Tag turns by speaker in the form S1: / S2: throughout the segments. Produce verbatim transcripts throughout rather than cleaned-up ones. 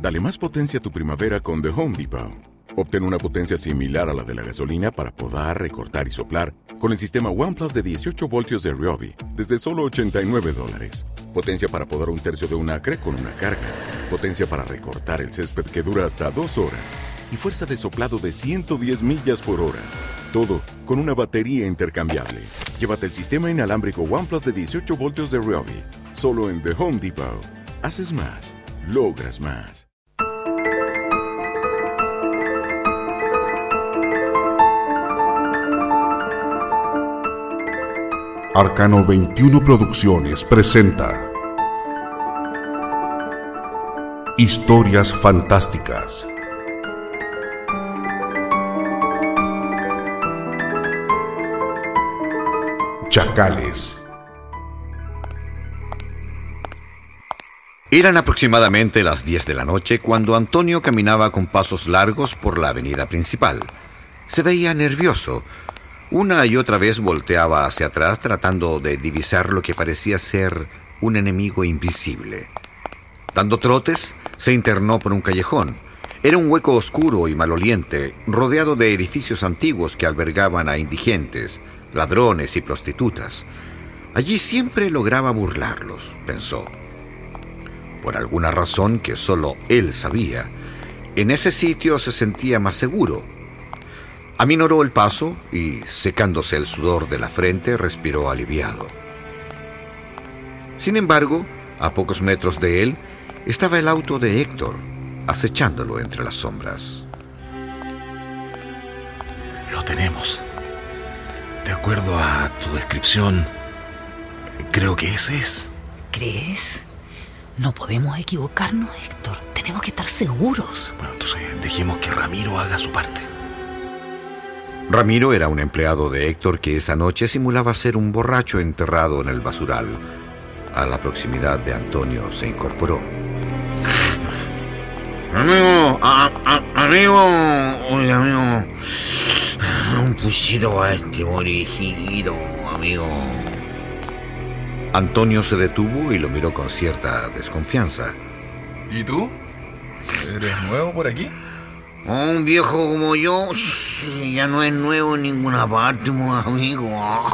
S1: Dale más potencia a tu primavera con The Home Depot. Obtén una potencia similar a la de la gasolina para podar, recortar y soplar con el sistema OnePlus de dieciocho voltios de Ryobi desde solo ochenta y nueve dólares. Potencia para podar un tercio de un acre con una carga. Potencia para recortar el césped que dura hasta dos horas. Y fuerza de soplado de ciento diez millas por hora. Todo con una batería intercambiable. Llévate el sistema inalámbrico OnePlus de dieciocho voltios de Ryobi. Solo en The Home Depot. Haces más. Logras más.
S2: Arcano veintiuno Producciones presenta Historias Fantásticas. Chacales.
S3: Eran aproximadamente las diez de la noche cuando Antonio caminaba con pasos largos por la avenida principal. Se veía nervioso. Una y otra vez volteaba hacia atrás tratando de divisar lo que parecía ser un enemigo invisible. Dando trotes, se internó por un callejón. Era un hueco oscuro y maloliente, rodeado de edificios antiguos que albergaban a indigentes, ladrones y prostitutas. Allí siempre lograba burlarlos, pensó. Por alguna razón que solo él sabía, en ese sitio se sentía más seguro. Aminoró el paso y, secándose el sudor de la frente, respiró aliviado. Sin embargo, a pocos metros de él, estaba el auto de Héctor, acechándolo entre las sombras.
S4: Lo tenemos. De acuerdo a tu descripción, creo que ese es.
S5: ¿Crees? No podemos equivocarnos, Héctor. Tenemos que estar seguros.
S4: Bueno, entonces dejemos que Ramiro haga su parte.
S3: Ramiro era un empleado de Héctor que esa noche simulaba ser un borracho enterrado en el basural. A la proximidad de Antonio se incorporó.
S6: Amigo, a, a, amigo, oye, amigo, un puchito a este morijito, amigo.
S3: Antonio se detuvo y lo miró con cierta desconfianza.
S7: ¿Y tú? ¿Eres nuevo por aquí?
S6: Un viejo como yo ya no es nuevo en ninguna parte, amigo.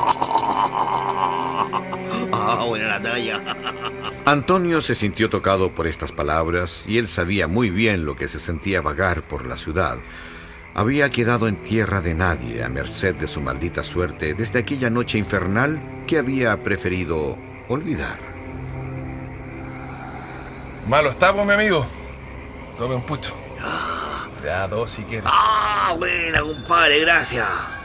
S6: Ah, buena la talla.
S3: Antonio se sintió tocado por estas palabras y él sabía muy bien lo que se sentía vagar por la ciudad. Había quedado en tierra de nadie, a merced de su maldita suerte, desde aquella noche infernal que había preferido olvidar.
S7: Malo está, pues, mi amigo. Tome un pucho. Ya, dos si quieres.
S6: Ah, buena, compadre, gracias.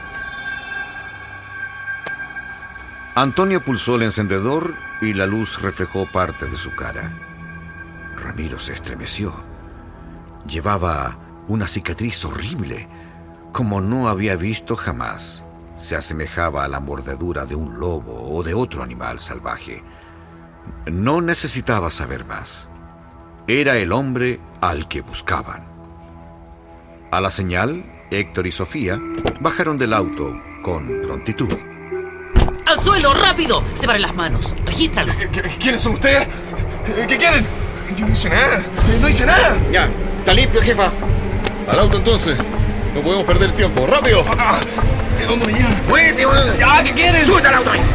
S3: Antonio pulsó el encendedor y la luz reflejó parte de su cara. Ramiro se estremeció. Llevaba una cicatriz horrible, como no había visto jamás. Se asemejaba a la mordedura de un lobo o de otro animal salvaje. No necesitaba saber más. Era el hombre al que buscaban. A la señal, Héctor y Sofía bajaron del auto con prontitud.
S5: ¡Al suelo, rápido! Separen las manos, regístralo.
S7: ¿Quiénes son ustedes? ¿Qué quieren? Yo no hice nada, no hice nada.
S8: Ya, está limpio, jefa. Al auto entonces. No podemos perder tiempo. ¡Rápido!
S7: Ah, ¿de dónde me llevan?
S6: ¡Muévete, weón!
S7: ¡Ya, qué quieren!
S6: ¡Súbete al auto ahí!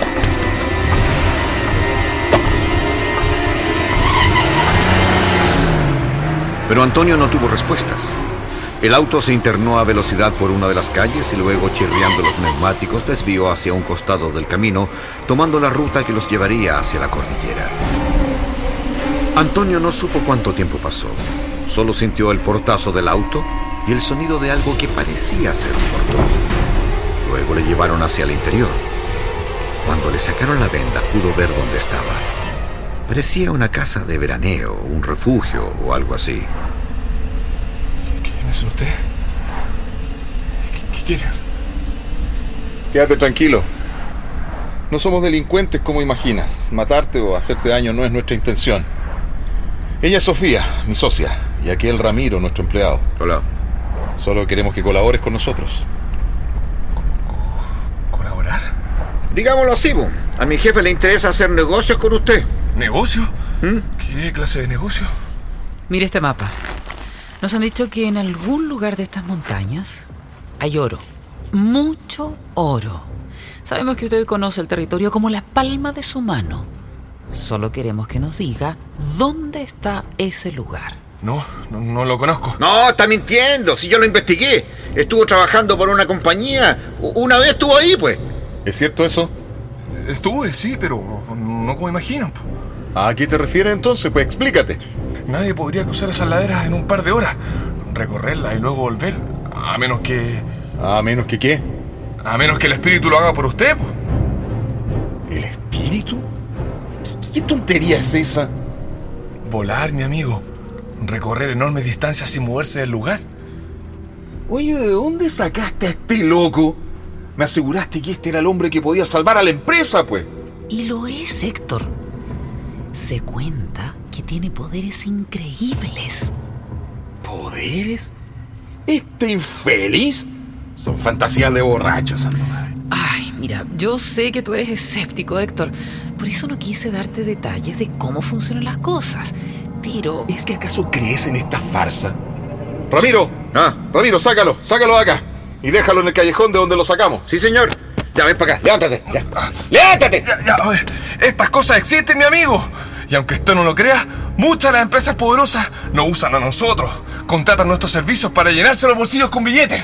S3: Pero Antonio no tuvo respuestas. El auto se internó a velocidad por una de las calles y luego, chirriando los neumáticos, desvió hacia un costado del camino, tomando la ruta que los llevaría hacia la cordillera. Antonio no supo cuánto tiempo pasó. Solo sintió el portazo del auto y el sonido de algo que parecía ser un portón. Luego le llevaron hacia el interior. Cuando le sacaron la venda, pudo ver dónde estaba. Parecía una casa de veraneo, un refugio o algo así.
S7: ¿Quiénes son ustedes? ¿Qué, qué quieren?
S8: Quédate tranquilo. No somos delincuentes como imaginas. Matarte o hacerte daño no es nuestra intención. Ella es Sofía, mi socia, y aquel Ramiro, nuestro empleado.
S3: Hola.
S8: Solo queremos que colabores con nosotros.
S7: ¿Colaborar?
S3: Digámoslo así, bo. A mi jefe le interesa hacer negocios con usted.
S7: ¿Negocio?
S3: ¿Mm?
S7: ¿Qué clase de negocio?
S5: Mire este mapa. Nos han dicho que en algún lugar de estas montañas hay oro. Mucho oro. Sabemos que usted conoce el territorio como la palma de su mano. Solo queremos que nos diga dónde está ese lugar.
S7: No, no, no lo conozco.
S6: No, está mintiendo. Si yo lo investigué. Estuvo trabajando por una compañía. Una vez estuvo ahí, pues.
S8: ¿Es cierto eso?
S7: Estuve, sí, pero no como imaginan.
S8: ¿A qué te refieres entonces? Pues explícate.
S7: Nadie podría cruzar esas laderas en un par de horas. Recorrerlas y luego volver. A menos que...
S8: ¿A menos que qué?
S7: A menos que el espíritu lo haga por usted, po.
S8: ¿El espíritu? ¿Qué tontería es esa?
S7: Volar, mi amigo. Recorrer enormes distancias sin moverse del lugar.
S8: Oye, ¿de dónde sacaste a este loco? Me aseguraste que este era el hombre que podía salvar a la empresa, pues.
S5: Y lo es, Héctor. Se cuenta que tiene poderes increíbles.
S8: ¿Poderes? ¿Este infeliz? Son fantasías de borrachos, Sandra.
S5: Ay, mira, yo sé que tú eres escéptico, Héctor. Por eso no quise darte detalles de cómo funcionan las cosas. Pero...
S8: ¿Es que acaso crees en esta farsa? Ramiro,
S6: Ah,
S8: Ramiro, sácalo, sácalo de acá. Y déjalo en el callejón de donde lo sacamos.
S6: sí, señor. Ya, ven para acá. Levántate. Ya. ¡Levántate!
S7: Ya, ya, oye, estas cosas existen, mi amigo. Y aunque usted no lo crea, muchas de las empresas poderosas nos usan a nosotros. Contratan nuestros servicios para llenarse los bolsillos con billetes.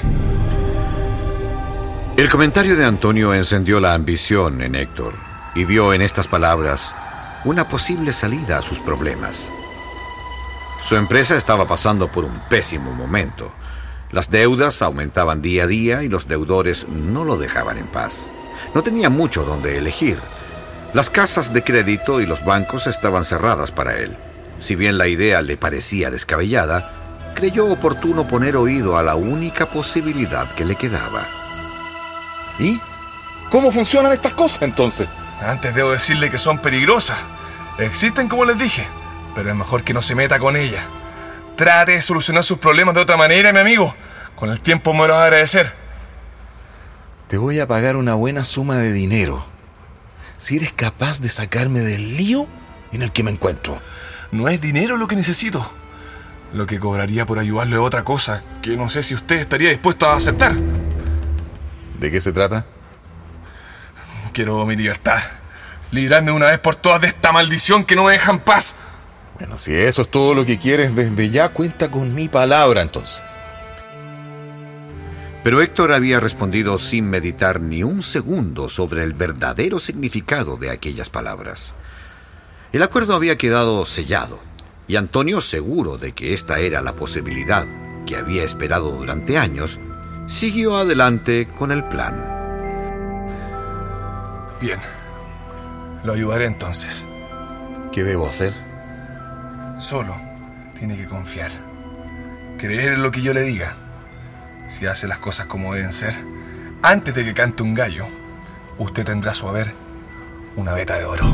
S3: El comentario de Antonio encendió la ambición en Héctor y vio en estas palabras una posible salida a sus problemas. Su empresa estaba pasando por un pésimo momento. Las deudas aumentaban día a día y los deudores no lo dejaban en paz. No tenía mucho donde elegir. Las casas de crédito y los bancos estaban cerradas para él. Si bien la idea le parecía descabellada, creyó oportuno poner oído a la única posibilidad que le quedaba.
S8: ¿Y? ¿Cómo funcionan estas cosas entonces?
S7: Antes debo decirle que son peligrosas. Existen, como les dije, pero es mejor que no se meta con ellas. Trate de solucionar sus problemas de otra manera, mi amigo. Con el tiempo me lo va a agradecer.
S8: Te voy a pagar una buena suma de dinero si eres capaz de sacarme del lío en el que me encuentro.
S7: No es dinero lo que necesito. Lo que cobraría por ayudarle es otra cosa que no sé si usted estaría dispuesto a aceptar.
S8: ¿De qué se trata?
S7: Quiero mi libertad. Librarme una vez por todas de esta maldición que no me deja en paz.
S8: Bueno, si eso es todo lo que quieres, desde ya cuenta con mi palabra entonces.
S3: Pero Héctor había respondido sin meditar ni un segundo sobre el verdadero significado de aquellas palabras. El acuerdo había quedado sellado, y Antonio, seguro de que esta era la posibilidad que había esperado durante años, siguió adelante con el plan.
S7: Bien, lo ayudaré entonces.
S8: ¿Qué debo hacer?
S7: Solo tiene que confiar. Creer en lo que yo le diga. Si hace las cosas como deben ser, antes de que cante un gallo, usted tendrá a su haber una veta de oro.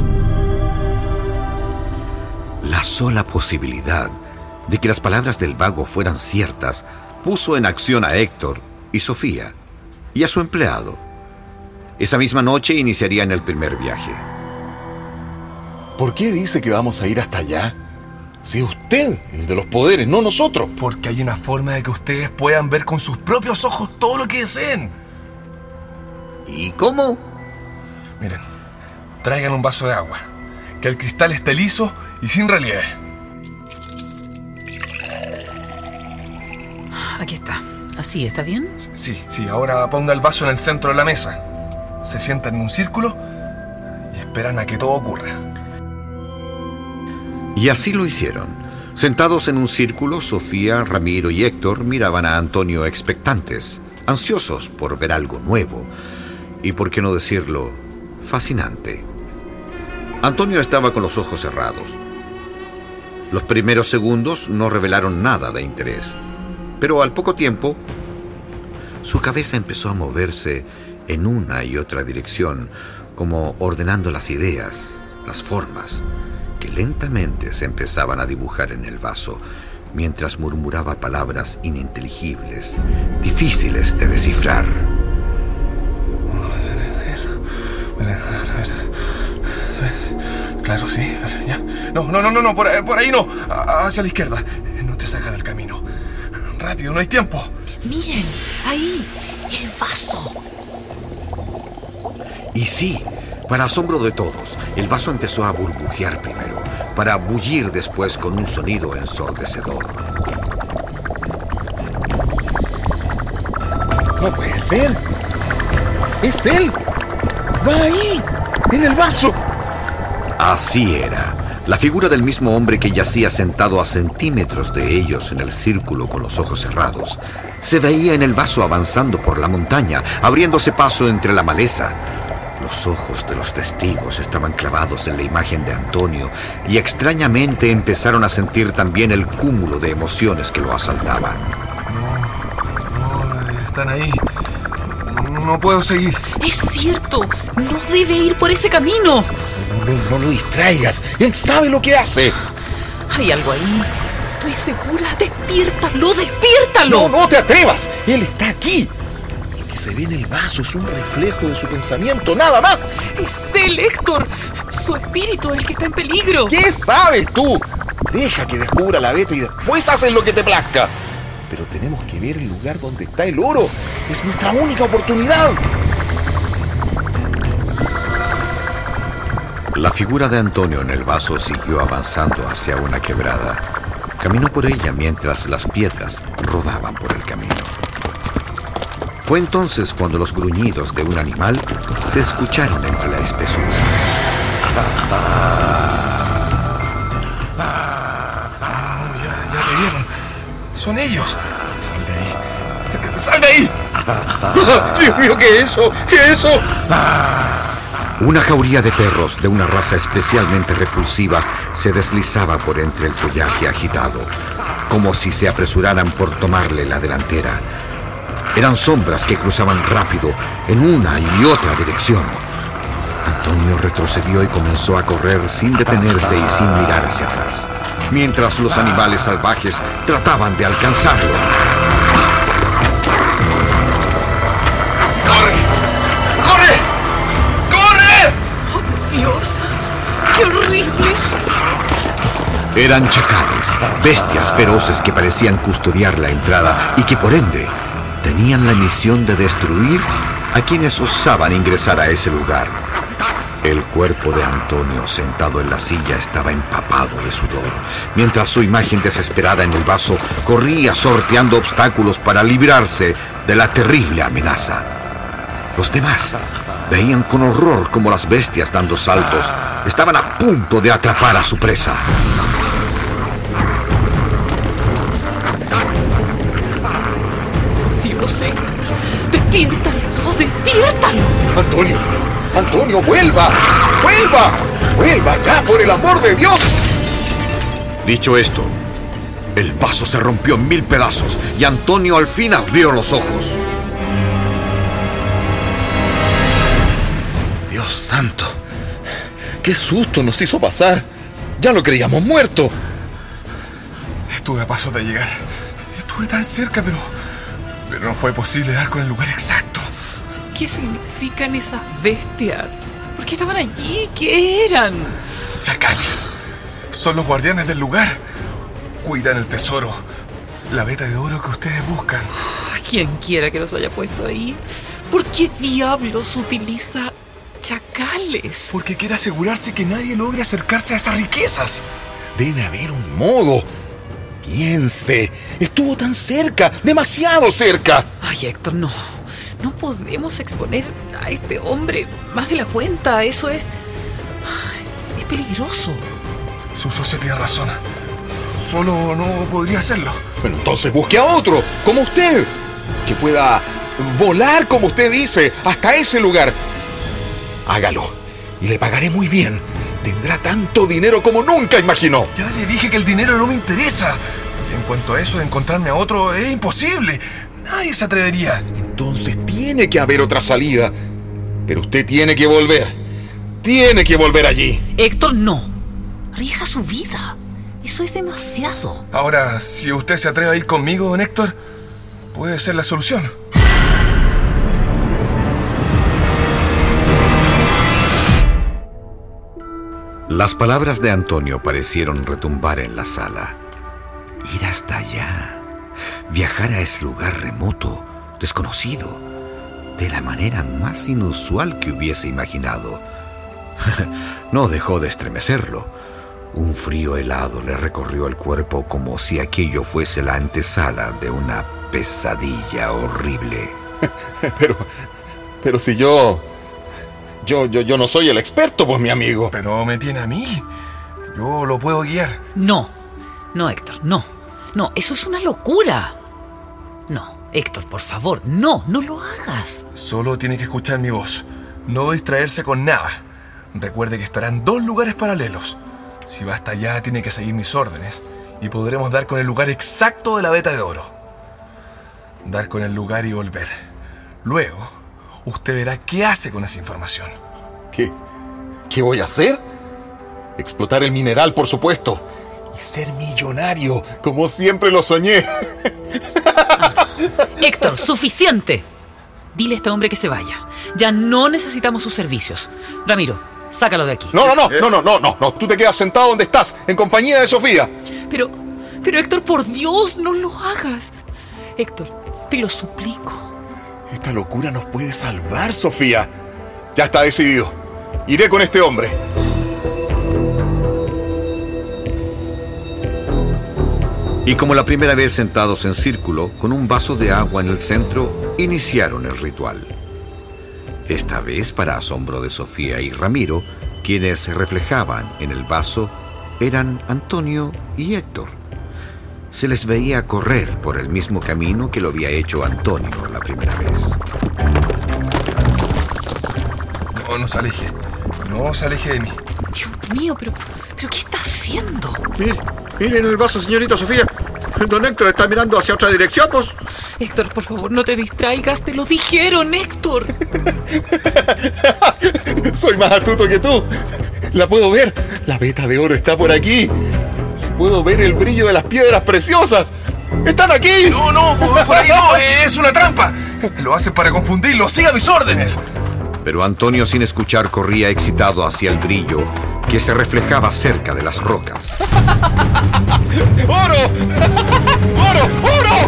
S3: La sola posibilidad de que las palabras del vago fueran ciertas puso en acción a Héctor y Sofía y a su empleado. Esa misma noche iniciarían el primer viaje.
S8: ¿Por qué dice que vamos a ir hasta allá? Si es usted el de los poderes, no nosotros.
S7: Porque hay una forma de que ustedes puedan ver con sus propios ojos todo lo que deseen.
S6: ¿Y cómo?
S7: Miren, traigan un vaso de agua. Que el cristal esté liso y sin relieve.
S5: Aquí está. ¿Así está bien?
S7: Sí, sí, ahora ponga el vaso en el centro de la mesa. Se sientan en un círculo y esperan a que todo ocurra.
S3: Y así lo hicieron. Sentados en un círculo, Sofía, Ramiro y Héctor miraban a Antonio expectantes, ansiosos por ver algo nuevo y, por qué no decirlo, fascinante. Antonio estaba con los ojos cerrados. Los primeros segundos no revelaron nada de interés, pero al poco tiempo su cabeza empezó a moverse en una y otra dirección, como ordenando las ideas, las formas, que lentamente se empezaban a dibujar en el vaso, mientras murmuraba palabras ininteligibles, difíciles de descifrar.
S7: Claro, sí, ya. No, no, no, no, no, por, por ahí no. A- hacia la izquierda. No te salgas del camino. Rápido, no hay tiempo.
S5: Miren, ahí, el vaso.
S3: Y sí, para asombro de todos, el vaso empezó a burbujear primero, para bullir después con un sonido ensordecedor.
S8: No puede ser. Es él. Va ahí, en el vaso.
S3: Así era. La figura del mismo hombre que yacía sentado a centímetros de ellos en el círculo con los ojos cerrados se veía en el vaso avanzando por la montaña, abriéndose paso entre la maleza. Los ojos de los testigos estaban clavados en la imagen de Antonio y extrañamente empezaron a sentir también el cúmulo de emociones que lo asaltaban.
S7: No, no, están ahí. No puedo seguir.
S5: Es cierto, no debe ir por ese camino.
S8: No, no lo distraigas. Él sabe lo que hace.
S5: Hay algo ahí. Estoy segura. Despiértalo, despiértalo.
S8: No, no te atrevas. Él está aquí. Lo que se ve en el vaso es un reflejo de su pensamiento, nada más.
S5: Es él, Héctor. Su espíritu es el que está en peligro.
S8: ¿Qué sabes tú? Deja que descubra la beta y después haces lo que te plazca. Pero tenemos que ver el lugar donde está el oro. Es nuestra única oportunidad.
S3: La figura de Antonio en el vaso siguió avanzando hacia una quebrada. Caminó por ella mientras las piedras rodaban por el camino. Fue entonces cuando los gruñidos de un animal se escucharon entre la espesura.
S7: Ya, ya te vieron. Son ellos. Sal de ahí. ¡Sal de ahí!
S8: Dios mío, ¿qué es eso? ¿Qué es eso?
S3: Una jauría de perros de una raza especialmente repulsiva se deslizaba por entre el follaje agitado, como si se apresuraran por tomarle la delantera. Eran sombras que cruzaban rápido en una y otra dirección. Antonio retrocedió y comenzó a correr sin detenerse y sin mirar hacia atrás, mientras los animales salvajes trataban de alcanzarlo.
S7: ¡Corre! ¡Corre! ¡Corre!
S5: ¡Oh, Dios! ¡Qué horribles!
S3: Eran chacales, bestias feroces que parecían custodiar la entrada y que por ende tenían la misión de destruir a quienes osaban ingresar a ese lugar. El cuerpo de Antonio sentado en la silla estaba empapado de sudor, mientras su imagen desesperada en el vaso corría sorteando obstáculos para librarse de la terrible amenaza. Los demás veían con horror cómo las bestias dando saltos estaban a punto de atrapar a su presa.
S5: Dios, despiértalo, despiértalo.
S8: Antonio, Antonio, vuelva, vuelva, vuelva ya, por el amor de Dios.
S3: Dicho esto, el vaso se rompió en mil pedazos y Antonio al fin abrió los ojos.
S8: Dios santo, qué susto nos hizo pasar. Ya lo creíamos muerto.
S7: Estuve a paso de llegar. Estuve tan cerca, pero... Pero no fue posible dar con el lugar exacto.
S5: ¿Qué significan esas bestias? ¿Por qué estaban allí? ¿Qué eran?
S7: Chacales. Son los guardianes del lugar. Cuidan el tesoro. La veta de oro que ustedes buscan.
S5: Quien quiera que los haya puesto ahí. ¿Por qué diablos utiliza chacales?
S7: Porque quiere asegurarse que nadie logre acercarse a esas riquezas.
S8: Debe haber un modo. Piense. Estuvo tan cerca, demasiado cerca.
S5: Ay, Héctor, no. No podemos exponer a este hombre más de la cuenta. Eso es... Ay, es peligroso.
S7: Su socia tiene razón. Solo no podría hacerlo.
S8: Bueno, entonces busque a otro, como usted, que pueda volar, como usted dice, hasta ese lugar. Hágalo y le pagaré muy bien. Tendrá tanto dinero como nunca imaginó.
S7: Ya le dije que el dinero no me interesa. En cuanto a eso de encontrarme a otro, es imposible. Nadie se atrevería.
S8: Entonces tiene que haber otra salida. Pero usted tiene que volver. Tiene que volver allí.
S5: Héctor, no. Arriesga su vida. Eso es demasiado.
S7: Ahora, si usted se atreve a ir conmigo, don Héctor, puede ser la solución.
S3: Las palabras de Antonio parecieron retumbar en la sala. Ir hasta allá, viajar a ese lugar remoto, desconocido, de la manera más inusual que hubiese imaginado. No dejó de estremecerlo. Un frío helado le recorrió el cuerpo como si aquello fuese la antesala de una pesadilla horrible.
S8: Pero, pero si yo, yo, yo, yo no soy el experto, pues, mi amigo.
S7: Pero me tiene a mí. Yo lo puedo guiar.
S5: No, no, Héctor, no. No, eso es una locura. No, Héctor, por favor, no, no lo hagas.
S7: Solo tiene que escuchar mi voz. No distraerse con nada. Recuerde que estarán dos lugares paralelos. Si va hasta allá, tiene que seguir mis órdenes y podremos dar con el lugar exacto de la veta de oro. Dar con el lugar y volver. Luego, usted verá qué hace con esa información.
S8: ¿Qué? ¿Qué voy a hacer? Explotar el mineral, por supuesto. Y ser millonario, como siempre lo soñé.
S5: Ah, Héctor, suficiente. Dile a este hombre que se vaya. Ya no necesitamos sus servicios. Ramiro, sácalo de aquí.
S8: No, no, no, no, no, no, no, no. Tú te quedas sentado donde estás, en compañía de Sofía.
S5: Pero, pero Héctor, por Dios, no lo hagas. Héctor, te lo suplico.
S8: Esta locura nos puede salvar, Sofía. Ya está decidido. Iré con este hombre.
S3: Y como la primera vez sentados en círculo, con un vaso de agua en el centro, iniciaron el ritual. Esta vez, para asombro de Sofía y Ramiro, quienes se reflejaban en el vaso eran Antonio y Héctor. Se les veía correr por el mismo camino que lo había hecho Antonio la primera vez.
S7: No, no se aleje. No se aleje de mí.
S5: Dios mío, pero, pero ¿qué está haciendo?
S3: Mire, miren el vaso, señorita Sofía. Don Héctor está mirando hacia otra dirección, pues.
S5: Héctor, por favor, no te distraigas. Te lo dijeron, Héctor.
S8: Soy más astuto que tú. La puedo ver. La veta de oro está por aquí. Puedo ver el brillo de las piedras preciosas. ¡Están aquí!
S7: No, no, por ahí no. Es una trampa. Lo hacen para confundirlo. Siga mis órdenes.
S3: Pero Antonio, sin escuchar, corría excitado hacia el brillo que se reflejaba cerca de las rocas.
S8: ¡Oro! ¡Oro! ¡Oro!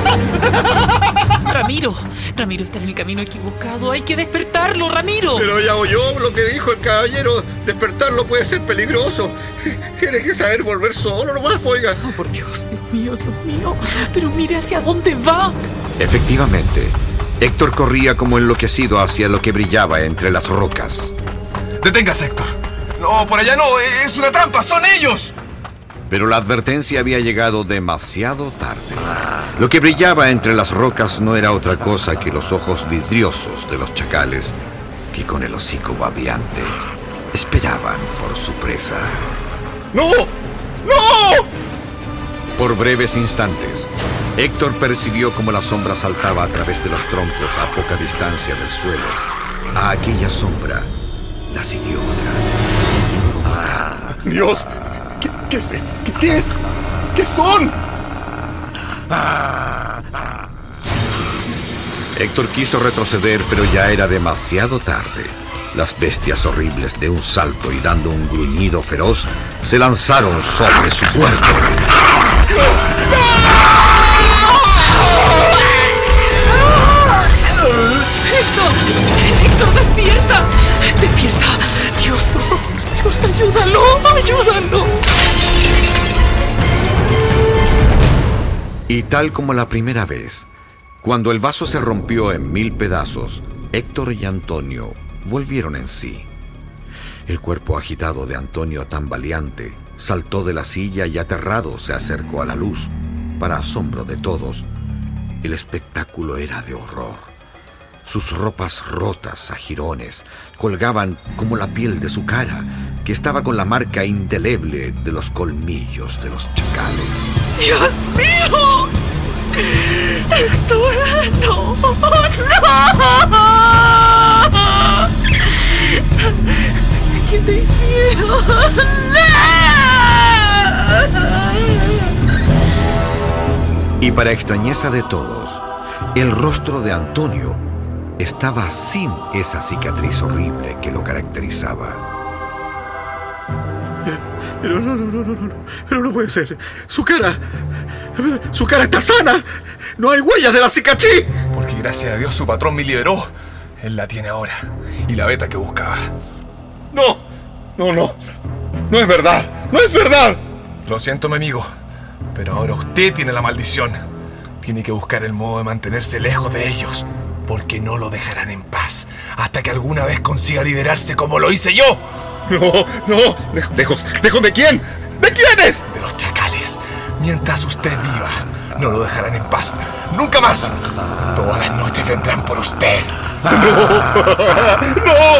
S5: Ramiro, Ramiro está en el camino equivocado. Hay que despertarlo, Ramiro.
S3: Pero ya oyó lo que dijo el caballero. Despertarlo puede ser peligroso. Tiene que saber volver solo nomás, oiga.
S5: Oh, por Dios, Dios mío, Dios mío. Pero mire hacia dónde va.
S3: Efectivamente, Héctor corría como enloquecido hacia lo que brillaba entre las rocas.
S7: Deténgase, Héctor. No, por allá no. Es una trampa. ¡Son ellos!
S3: Pero la advertencia había llegado demasiado tarde. Lo que brillaba entre las rocas no era otra cosa que los ojos vidriosos de los chacales, que con el hocico babeante esperaban por su presa.
S8: ¡No! ¡No!
S3: Por breves instantes, Héctor percibió como la sombra saltaba a través de los troncos a poca distancia del suelo. A aquella sombra la siguió otra. Otra.
S8: ¡Dios! ¿Qué, qué es esto? ¿Qué, qué es? ¿Qué son?
S3: Héctor quiso retroceder, pero ya era demasiado tarde. Las bestias horribles, de un salto y dando un gruñido feroz, se lanzaron sobre su cuerpo.
S5: ¡Héctor! ¡Héctor, despierta! ¡Despierta! Dios, por favor, Dios, ayúdalo, ayúdalo.
S3: Y tal como la primera vez, cuando el vaso se rompió en mil pedazos, Héctor y Antonio volvieron en sí. El cuerpo agitado de Antonio, tambaleante, saltó de la silla y aterrado se acercó a la luz. Para asombro de todos, el espectáculo era de horror. Sus ropas rotas a jirones colgaban como la piel de su cara, que estaba con la marca indeleble de los colmillos de los chacales.
S5: ¡Dios mío! ¡Héctor! ¡No! ¡No! ¿Qué te hicieron?
S3: Y para extrañeza de todos, el rostro de Antonio estaba sin esa cicatriz horrible que lo caracterizaba.
S8: Pero no, no, no, no, no, pero no puede ser. Su cara, su cara está sana. No hay huellas de la cicatriz.
S7: Porque gracias a Dios su patrón me liberó. Él la tiene ahora. Y la beta que buscaba.
S8: No, no, no. No es verdad. No es verdad.
S7: Lo siento, mi amigo. Pero ahora usted tiene la maldición. Tiene que buscar el modo de mantenerse lejos de ellos. Porque no lo dejarán en paz. Hasta que alguna vez consiga liberarse como lo hice yo.
S8: No, no. ¿Lejos? ¿Lejos de quién? ¿De quiénes?
S7: De los chacales. Mientras usted viva, no lo dejarán en paz. ¡Nunca más! Todas las noches vendrán por usted.
S8: ¡No! ¡No!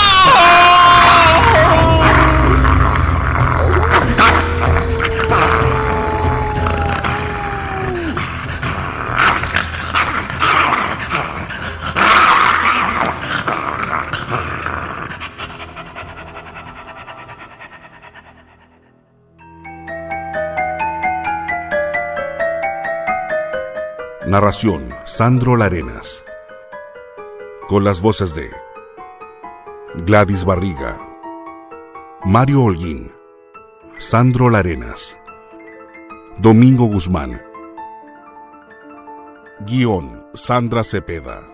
S2: Narración: Sandro Larenas. Con las voces de Gladys Barriga, Mario Holguín, Sandro Larenas, Domingo Guzmán. Guión: Sandra Cepeda.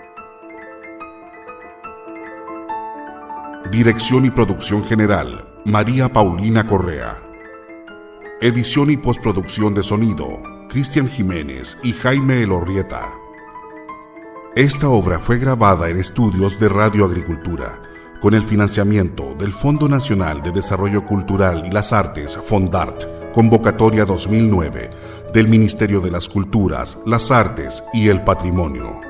S2: Dirección y producción general: María Paulina Correa. Edición y postproducción de sonido: Cristian Jiménez y Jaime Elorrieta. Esta obra fue grabada en estudios de Radio Agricultura, con el financiamiento del Fondo Nacional de Desarrollo Cultural y las Artes, FONDART, convocatoria dos mil nueve, del Ministerio de las Culturas, las Artes y el Patrimonio.